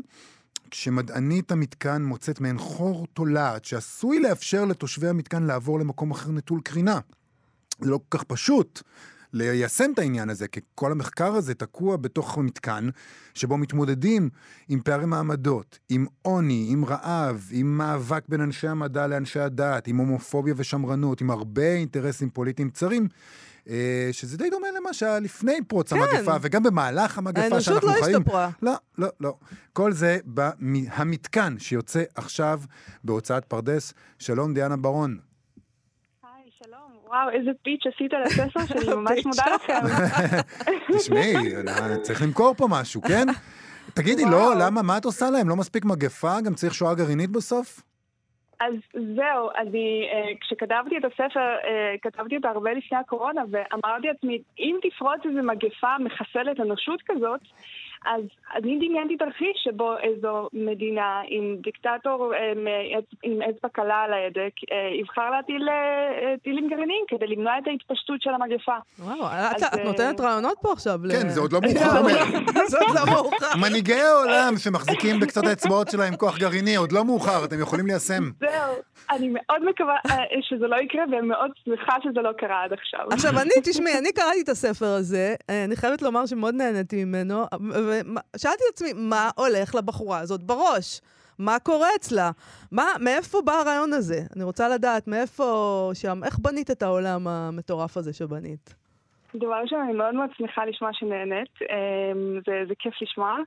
כשמדענית המתקן מוצאת מעין חור תולעת, שעשוי לאפשר לתושבי המתקן לעבור למקום אחר נטול קרינה. זה לא כל כך פשוט ליישם את העניין הזה, כי כל המחקר הזה תקוע בתוך מתקן, שבו מתמודדים עם פערי מעמדות, עם עוני, עם רעב, עם מאבק בין אנשי המדע לאנשי הדת, עם הומופוביה ושמרנות, עם הרבה אינטרסים פוליטיים צרים, שזה די דומה למה שהיה לפני פרוץ כן. המגפה, וגם במהלך המגפה שאנחנו
לא
חיים.
האנושות לא השתפרה.
לא, לא, לא. כל זה במתקן שיוצא עכשיו בהוצאת פרדס. שלום דיאנה ברון.
וואו, איזה פיץ' עשית על הספר שלי, ממש מודה לכם.
תשמעי, צריך למכור פה משהו, כן? תגידי, לא, למה, מה את עושה להם? לא מספיק מגפה? גם צריך שואה גרעינית בסוף?
אז זהו, אני, כשכתבתי את הספר, כתבתי אותו הרבה לפני הקורונה, ואמרתי לעצמי, אם תפרוץ איזו מגפה מחסלת אנושות כזאת, אז אני דמיינתי תרחיש שבו איזו מדינה עם דיקטטור עם אצבע קלה על ההדק יבחר להטיל טילים גרעיניים כדי למנוע את ההתפשטות של המגפה.
וואו, את נותנת רעיונות פה עכשיו.
כן, זה עוד לא מאוחר.
זה עוד לא מאוחר.
מנהיגי העולם שמחזיקים בקצות האצבעות שלהם כוח גרעיני, עוד לא מאוחר, אתם יכולים ליישם.
זהו, אני מאוד מקווה שזה לא יקרה, ומאוד שמחה שזה לא קרה עד עכשיו.
עכשיו, אני, תשמעי, אני קראתי את הספר הזה, אני חייבת לומר שמאוד נהניתי ממנו, ושאלתי את עצמי, מה הולך לבחורה הזאת בראש? מה קורה אצלה? מה, מאיפה בא הרעיון הזה? אני רוצה לדעת, מאיפה שם, איך בנית את העולם המטורף הזה שבנית?
דבר ראשון, אני מאוד מאוד שמחה לשמוע שנהנית, זה, זה כיף לשמוע.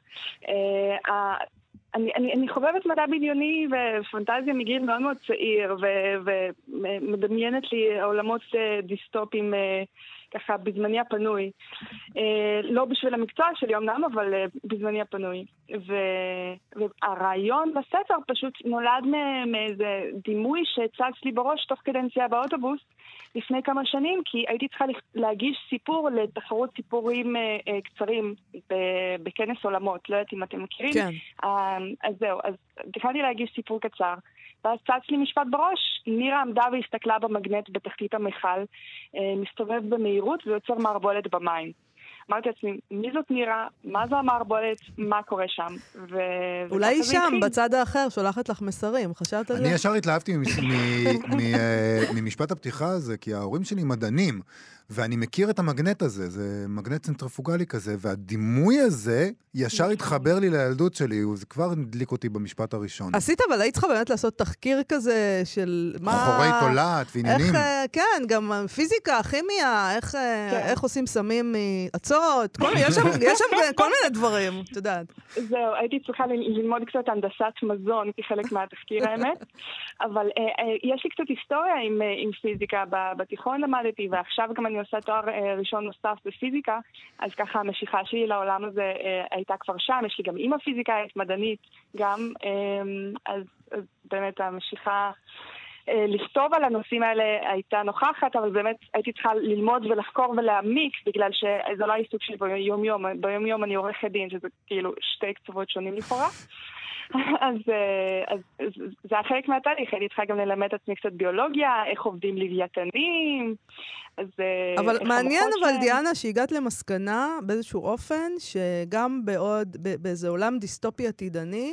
אני, אני, אני חובבת מדע בדיוני ופנטזיה מגיל מאוד מאוד צעיר, ומדמיינת לי עולמות דיסטופיים ככה בזמני הפנוי. לא בשביל המקצוע שלי אמנם, אבל בזמני הפנוי. והרעיון בספר פשוט נולד מאיזה דימוי שצץ לי בראש תוך כדי נסיעה באוטובוס לפני כמה שנים, כי הייתי צריכה להגיש סיפור לתחרות סיפורים קצרים בכנס עולמות. לא יודעת אם אתם מכירים.
כן.
אז זהו, אז התחלתי להגיש סיפור קצר. ואז צץ לי משפט בראש, נירה עמדה והסתכלה במגנט בתחתית המכל, מסתובב במהירות ויוצר מערבולת במים. אמרתי לעצמי, מי זאת נירה? מה זו המערבולת? מה קורה שם? ו...
אולי היא שם, בצד האחר, שולחת לך מסרים. חשבת על זה?
אני ישר התלהבתי ממשפט הפתיחה הזה, כי ההורים שלי מדענים, ואני מכיר את המגנט הזה, זה מגנט צנטריפוגלי כזה, והדימוי הזה ישר התחבר לי לילדות שלי, זה כבר הדליק אותי במשפט הראשון.
עשית, אבל היית צריכה באמת לעשות תחקיר כזה של מה...
חורי תולעת ועניינים.
כן, גם פיזיקה, כימיה, איך, איך עושים סמים מעצות, יש שם, יש שם כל מיני דברים, את יודעת.
זהו, הייתי צריכה ללמוד קצת הנדסת מזון כחלק מהתחקיר האמת, אבל יש לי קצת היסטוריה עם, עם פיזיקה, בתיכון למדתי, ועכשיו גם אני עושה תואר ראשון נוסף בפיזיקה, אז ככה המשיכה שלי לעולם הזה הייתה כבר שם, יש לי גם אמא פיזיקאית, מדענית גם, אז, אז באמת המשיכה לכתוב על הנושאים האלה הייתה נוכחת, אבל באמת הייתי צריכה ללמוד ולחקור ולהעמיק, בגלל שזה לא העיסוק שלי ביום יום, ביום יום אני עורכת דין, שזה כאילו שתי קצוות שונים לכאורה. אז, אז, אז זה היה חלק מהתהליך, הייתי צריכה גם ללמד את עצמי קצת ביולוגיה, איך עובדים לוויתנים, אז...
אבל מעניין אבל ש... דיאנה, שהגעת למסקנה באיזשהו אופן, שגם בעוד, באיזה עולם דיסטופי עתידני,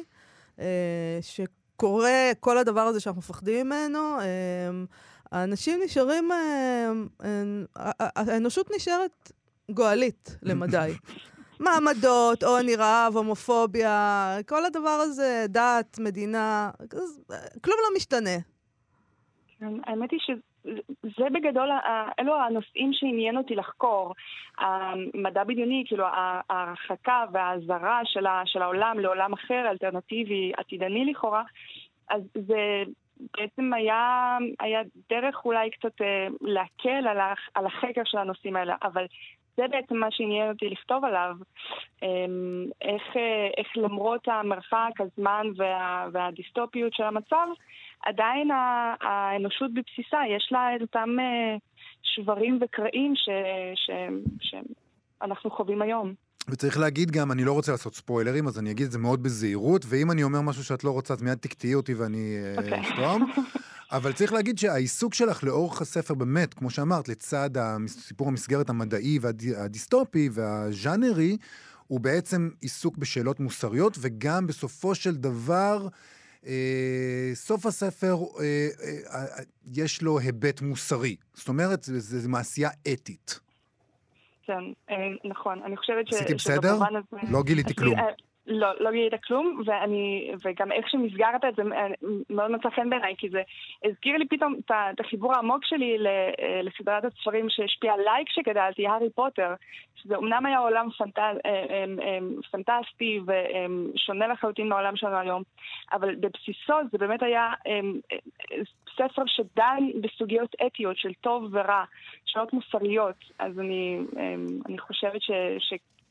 שקורה כל הדבר הזה שאנחנו מפחדים ממנו, האנשים נשארים, האנושות נשארת גואלית למדי. מעמדות, או נראה, הומופוביה, כל הדבר הזה, דת, מדינה, כלום לא משתנה.
האמת היא שזה בגדול, אלו הנושאים שעניין אותי לחקור. המדע בדיוני, כאילו ההרחקה וההזרה של העולם לעולם אחר, אלטרנטיבי, עתידני לכאורה, אז זה בעצם היה, היה דרך אולי קצת להקל על החקר של הנושאים האלה, אבל זה בעצם מה שעניין אותי לכתוב עליו, איך, איך למרות המרחק, הזמן וה, והדיסטופיות של המצב, עדיין האנושות בבסיסה, יש לה את אותם שברים וקרעים ש, ש, שאנחנו חווים היום.
וצריך להגיד גם, אני לא רוצה לעשות ספוילרים, אז אני אגיד את זה מאוד בזהירות, ואם אני אומר משהו שאת לא רוצה, אז מיד תקטעי אותי ואני אסתום. אבל צריך להגיד שהעיסוק שלך לאורך הספר באמת, כמו שאמרת, לצד הסיפור המסגרת המדעי והדיסטופי והז'אנרי, הוא בעצם עיסוק בשאלות מוסריות, וגם בסופו של דבר, אה, סוף הספר אה, אה, יש לו היבט מוסרי. זאת אומרת, זה, זה מעשייה אתית.
כן, נכון. אני חושבת ש...
עשיתי בסדר? לא גיליתי כלום.
לא, לא גילית כלום, ואני, וגם איך שמסגרת את זה מאוד מצא חן בעיניי, כי זה הזכיר לי פתאום את החיבור העמוק שלי לסדרת הספרים שהשפיע עליי כשגדלתי, הארי פוטר, שזה אמנם היה עולם פנטז, פנטסטי ושונה לחלוטין מהעולם שלנו היום, אבל בבסיסו זה באמת היה ספר שדן בסוגיות אתיות של טוב ורע, שאלות מוסריות, אז אני, אני חושבת ש... ש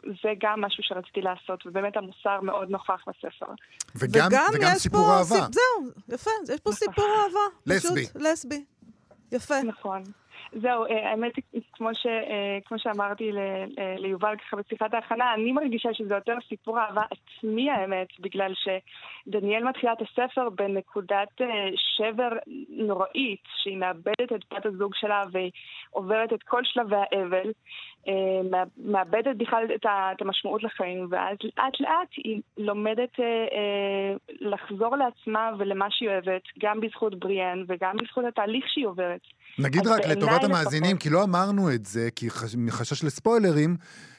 זה גם משהו שרציתי לעשות, ובאמת המוסר מאוד נוכח בספר.
וגם,
וגם
וגם סיפור אהבה.
סיפ... זהו, יפה, יש פה סיפור אהבה.
לסבי.
פשוט, לסבי. יפה.
נכון. זהו, האמת היא, כמו, ש, כמו שאמרתי ליובל ככה בשיחת ההכנה, אני מרגישה שזה יותר סיפור אהבה עצמי האמת, בגלל שדניאל מתחילה את הספר בנקודת שבר נוראית, שהיא מאבדת את בת הזוג שלה והיא עוברת את כל שלבי האבל, מאבדת בכלל את המשמעות לחיים, ואז לאט לאט היא לומדת לחזור לעצמה ולמה שהיא אוהבת, גם בזכות בריאן וגם בזכות התהליך שהיא עוברת.
נגיד רק לטובת המאזינים, כי לא אמרנו את זה, כי מחשש לספוילרים,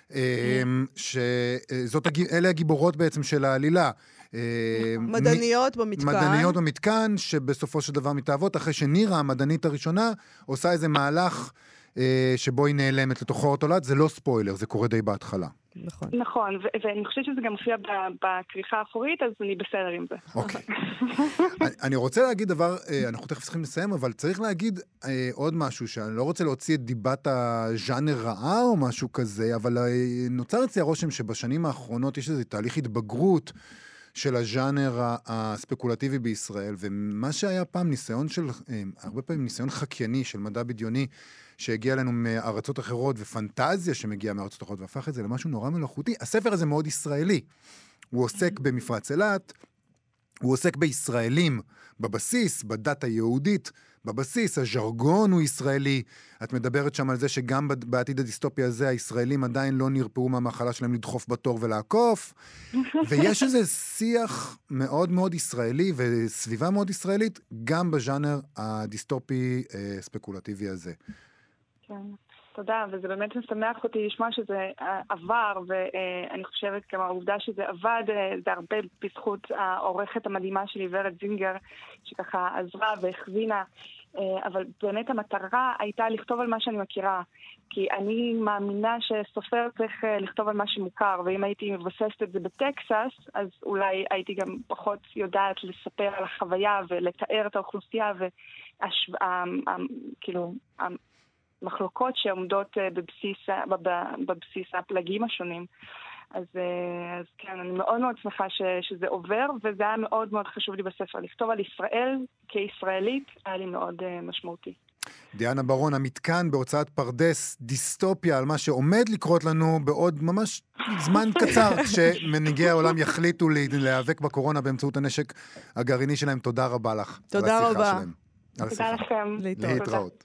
שאלה הגיבורות בעצם של העלילה.
מדעניות במתקן.
מדעניות במתקן, שבסופו של דבר מתאהבות, אחרי שנירה, המדענית הראשונה, עושה איזה מהלך שבו היא נעלמת לתוך חור התולד, זה לא ספוילר, זה קורה די בהתחלה.
נכון. נכון, ואני חושבת שזה גם מופיע בכריכה האחורית, אז אני בסדר עם זה.
אוקיי. אני רוצה להגיד דבר, אנחנו תכף צריכים לסיים, אבל צריך להגיד עוד משהו, שאני לא רוצה להוציא את דיבת הז'אנר רעה או משהו כזה, אבל נוצר אצלי הרושם שבשנים האחרונות יש איזה תהליך התבגרות של הז'אנר הספקולטיבי בישראל, ומה שהיה פעם ניסיון של, הרבה פעמים ניסיון חקייני של מדע בדיוני, שהגיע לנו מארצות אחרות, ופנטזיה שמגיעה מארצות אחרות, והפך את זה למשהו נורא מלאכותי. הספר הזה מאוד ישראלי. הוא עוסק במפרץ אילת, הוא עוסק בישראלים, בבסיס, בדת היהודית, בבסיס, הז'רגון הוא ישראלי. את מדברת שם על זה שגם בעתיד הדיסטופי הזה, הישראלים עדיין לא נרפאו מהמחלה שלהם לדחוף בתור ולעקוף. ויש איזה שיח מאוד מאוד ישראלי, וסביבה מאוד ישראלית, גם בז'אנר הדיסטופי ספקולטיבי הזה.
כן, תודה, וזה באמת משמח אותי לשמוע שזה עבר, ואני חושבת גם העובדה שזה עבד, זה הרבה בזכות העורכת המדהימה שלי, ורד זינגר, שככה עזרה והכווינה, אבל באמת המטרה הייתה לכתוב על מה שאני מכירה, כי אני מאמינה שסופר צריך לכתוב על מה שמוכר, ואם הייתי מבססת את זה בטקסס, אז אולי הייתי גם פחות יודעת לספר על החוויה ולתאר את האוכלוסייה, וכאילו מחלוקות שעומדות בבסיס, בבסיס הפלגים השונים. אז, אז כן, אני מאוד מאוד שמחה ש, שזה עובר, וזה היה מאוד מאוד חשוב לי בספר. לכתוב על ישראל כישראלית היה לי מאוד משמעותי.
דיאנה ברון, המתקן בהוצאת פרדס, דיסטופיה על מה שעומד לקרות לנו בעוד ממש זמן קצר, כשמנהיגי העולם יחליטו להיאבק בקורונה באמצעות הנשק הגרעיני שלהם. תודה רבה לך.
תודה רבה.
תודה לכם.
להתראות.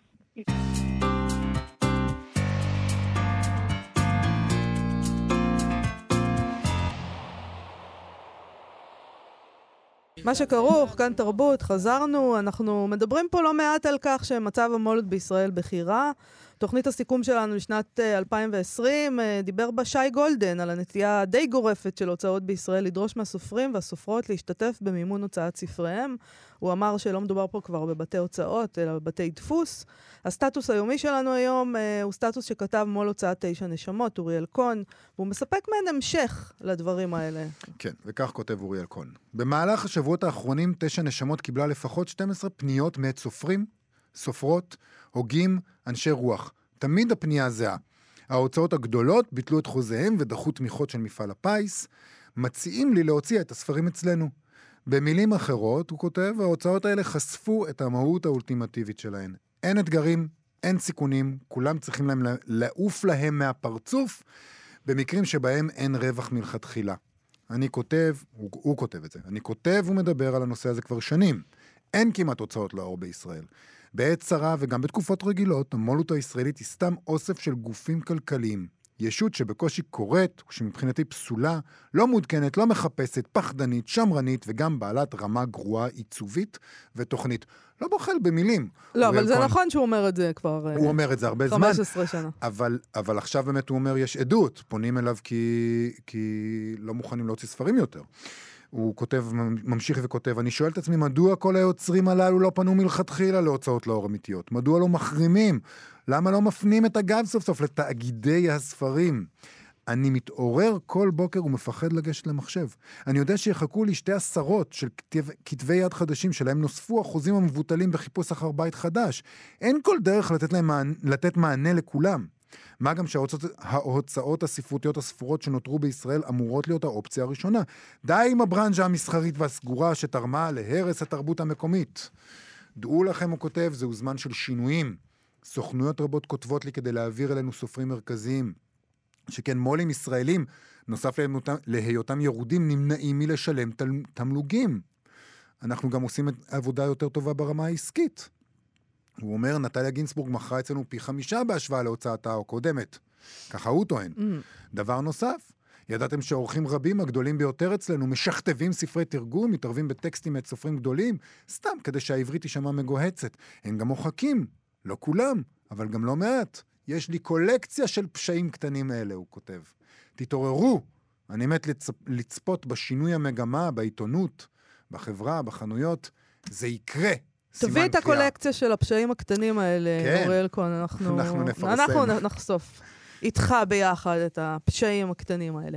מה שכרוך, כאן תרבות, חזרנו, אנחנו מדברים פה לא מעט על כך שמצב המו"לות בישראל בחירה. תוכנית הסיכום שלנו לשנת אלפיים ועשרים דיבר בה שי גולדן על הנטייה די גורפת של הוצאות בישראל לדרוש מהסופרים והסופרות להשתתף במימון הוצאת ספריהם. הוא אמר שלא מדובר פה כבר בבתי הוצאות, אלא בבתי דפוס. הסטטוס היומי שלנו היום אה, הוא סטטוס שכתב מול הוצאת תשע נשמות, אוריאל קון, והוא מספק מעין המשך לדברים האלה.
כן, וכך כותב אוריאל קון. במהלך השבועות האחרונים, תשע נשמות קיבלה לפחות שתים עשרה פניות מאת סופרים, סופרות, הוגים, אנשי רוח. תמיד הפנייה זהה. ההוצאות הגדולות ביטלו את חוזיהם ודחו תמיכות של מפעל הפיס, מציעים לי להוציא את הספרים אצלנו. במילים אחרות, הוא כותב, ההוצאות האלה חשפו את המהות האולטימטיבית שלהן. אין אתגרים, אין סיכונים, כולם צריכים להם לעוף להם מהפרצוף, במקרים שבהם אין רווח מלכתחילה. אני כותב, הוא, הוא כותב את זה, אני כותב ומדבר על הנושא הזה כבר שנים. אין כמעט הוצאות לאור בישראל. בעת צרה וגם בתקופות רגילות, המו"לות הישראלית היא סתם אוסף של גופים כלכליים. ישות שבקושי קורית, שמבחינתי פסולה, לא מודכנת, לא מחפשת, פחדנית, שמרנית, וגם בעלת רמה גרועה עיצובית ותוכנית. לא בוחל במילים.
לא, אבל זה נכון שהוא אומר את זה כבר...
הוא אומר את זה הרבה זמן.
חמש עשרה שנה.
אבל, אבל עכשיו באמת הוא אומר, יש עדות, פונים אליו כי, כי לא מוכנים להוציא ספרים יותר. הוא כותב, ממשיך וכותב, אני שואל את עצמי, מדוע כל היוצרים הללו לא פנו מלכתחילה להוצאות לאור אמיתיות? מדוע לא מחרימים? למה לא מפנים את הגב סוף סוף לתאגידי הספרים? אני מתעורר כל בוקר ומפחד לגשת למחשב. אני יודע שיחכו לי שתי עשרות של כתב, כתבי יד חדשים שלהם נוספו אחוזים המבוטלים בחיפוש אחר בית חדש. אין כל דרך לתת להם מענה, לתת מענה לכולם. מה גם שההוצאות הספרותיות הספורות שנותרו בישראל אמורות להיות האופציה הראשונה. די עם הברנז'ה המסחרית והסגורה שתרמה להרס התרבות המקומית. דעו לכם, הוא כותב, זהו זמן של שינויים. סוכנויות רבות כותבות לי כדי להעביר אלינו סופרים מרכזיים. שכן מולים ישראלים, נוסף להיותם ירודים, נמנעים מלשלם תמלוגים. אנחנו גם עושים עבודה יותר טובה ברמה העסקית. הוא אומר, נטליה גינסבורג מכרה אצלנו פי חמישה בהשוואה להוצאתה הקודמת. ככה הוא טוען. Mm. דבר נוסף, ידעתם שעורכים רבים הגדולים ביותר אצלנו משכתבים ספרי תרגום, מתערבים בטקסטים את סופרים גדולים, סתם כדי שהעברית תשמע מגוהצת. הם גם מוחקים, לא כולם, אבל גם לא מעט. יש לי קולקציה של פשעים קטנים אלה, הוא כותב. תתעוררו, אני מת לצפ... לצפות בשינוי המגמה, בעיתונות, בחברה, בחנויות, זה יקרה.
תביא את הקולקציה של הפשעים הקטנים האלה, כן. אוריאל כהן, אנחנו,
אנחנו נפרסם.
אנחנו נחשוף איתך ביחד את הפשעים הקטנים האלה.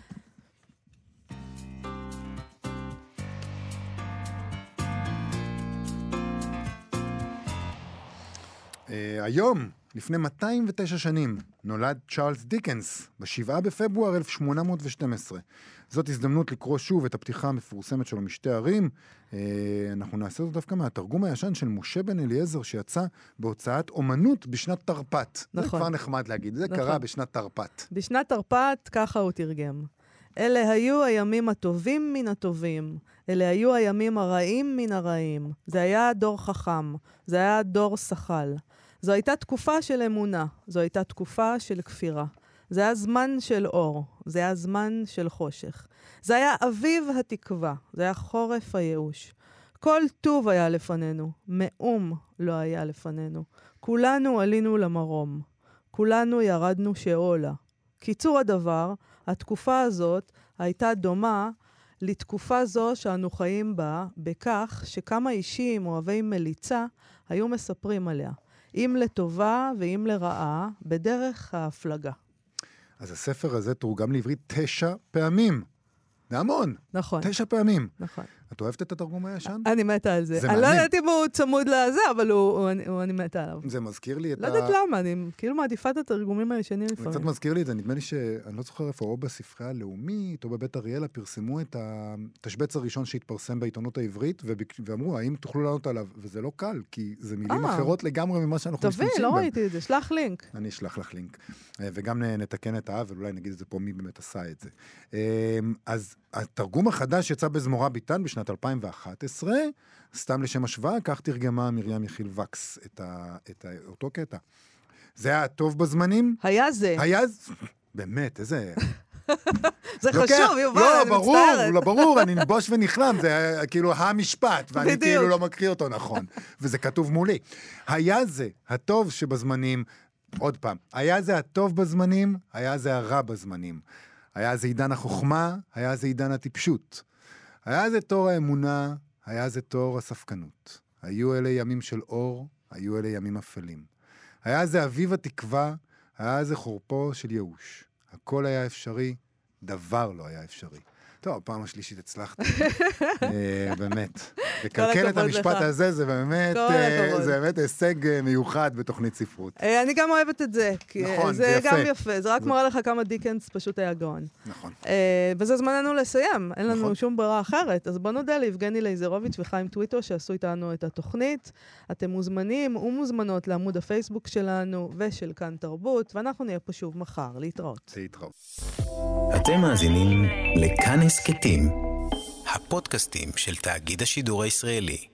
Uh, היום, לפני מאתיים ותשע שנים, נולד צ'ארלס דיקנס, בשבעה בפברואר אלף שמונה מאות ושתים עשרה. זאת הזדמנות לקרוא שוב את הפתיחה המפורסמת שלו משתי ערים. Uh, אנחנו נעשה זאת דווקא מהתרגום הישן של משה בן אליעזר, שיצא בהוצאת אומנות בשנת תרפ"ט. נכון. זה כבר נחמד להגיד, זה נכון. קרה בשנת תרפ"ט.
בשנת תרפ"ט, ככה הוא תרגם. אלה היו הימים הטובים מן הטובים. אלה היו הימים הרעים מן הרעים. זה היה דור חכם. זה היה דור שחל. זו הייתה תקופה של אמונה. זו הייתה תקופה של כפירה. זה היה זמן של אור. זה היה זמן של חושך. זה היה אביב התקווה. זה היה חורף הייאוש. כל טוב היה לפנינו. מאום לא היה לפנינו. כולנו עלינו למרום. כולנו ירדנו שאולה. קיצור הדבר, התקופה הזאת הייתה דומה לתקופה זו שאנו חיים בה, בכך שכמה אישים אוהבי מליצה היו מספרים עליה, אם לטובה ואם לרעה, בדרך ההפלגה.
אז הספר הזה תורגם לעברית תשע פעמים. זה המון.
נכון.
תשע פעמים.
נכון.
את אוהבת את התרגום הישן?
אני מתה על זה.
זה
אני
מעניין.
לא יודעת אם הוא צמוד לזה, אבל הוא, הוא, הוא, הוא, אני מתה עליו.
זה מזכיר לי את
לא
ה...
לא יודעת למה, אני כאילו מעדיפה את התרגומים הישנים
זה
לפעמים.
קצת מזכיר לי את זה, נדמה לי שאני לא זוכר איפה, או בספרייה הלאומית, או בבית אריאלה, פרסמו את התשבץ הראשון שהתפרסם בעיתונות העברית, ואמרו, האם תוכלו לענות עליו? וזה לא קל, כי זה מילים אחרות לגמרי ממה שאנחנו משתמשים בהם.
תביא, לא ראיתי את זה, שלח לינק.
אני אשלח לך לינק. וגם נתקן את העוול, אולי נגיד את זה פה מי באמת עשה את זה. אז התרגום החדש יצא בזמורה ביטן בשנת אלפיים ואחת עשרה, סתם לשם השוואה, כך תרגמה מרים יחיל וקס את, ה, את ה, אותו קטע. זה היה טוב בזמנים?
היה זה.
היה זה. באמת, איזה...
זה חשוב, יובל,
לא,
אני
ברור,
מצטערת.
לא, ברור, אני נבוש ונכלם, זה כאילו המשפט, ואני כאילו לא מקריא אותו נכון, וזה כתוב מולי. היה זה הטוב שבזמנים, עוד פעם, היה זה הטוב בזמנים, היה זה הרע בזמנים. היה זה עידן החוכמה, היה זה עידן הטיפשות. היה זה תור האמונה, היה זה תור הספקנות. היו אלה ימים של אור, היו אלה ימים אפלים. היה זה אביב התקווה, היה זה חורפו של ייאוש. הכל היה אפשרי, דבר לא היה אפשרי. טוב, הפעם השלישית הצלחתי. באמת. לקלקל את המשפט הזה, זה באמת זה באמת הישג מיוחד בתוכנית ספרות.
אני גם אוהבת את זה.
נכון, זה
יפה. זה גם
יפה.
יפה. זה רק מראה לך כמה דיקנס פשוט היה גאון.
נכון.
וזה זמננו לסיים. אין לנו שום ברירה אחרת. אז בוא נודה ליבגני לייזרוביץ' וחיים טוויטו שעשו איתנו את התוכנית. אתם מוזמנים ומוזמנות לעמוד הפייסבוק שלנו ושל כאן תרבות, ואנחנו נהיה פה שוב מחר. להתראות.
להתראות.
אתם מאזינים לכאן הסכתים, הפודקאסטים של תאגיד השידור הישראלי.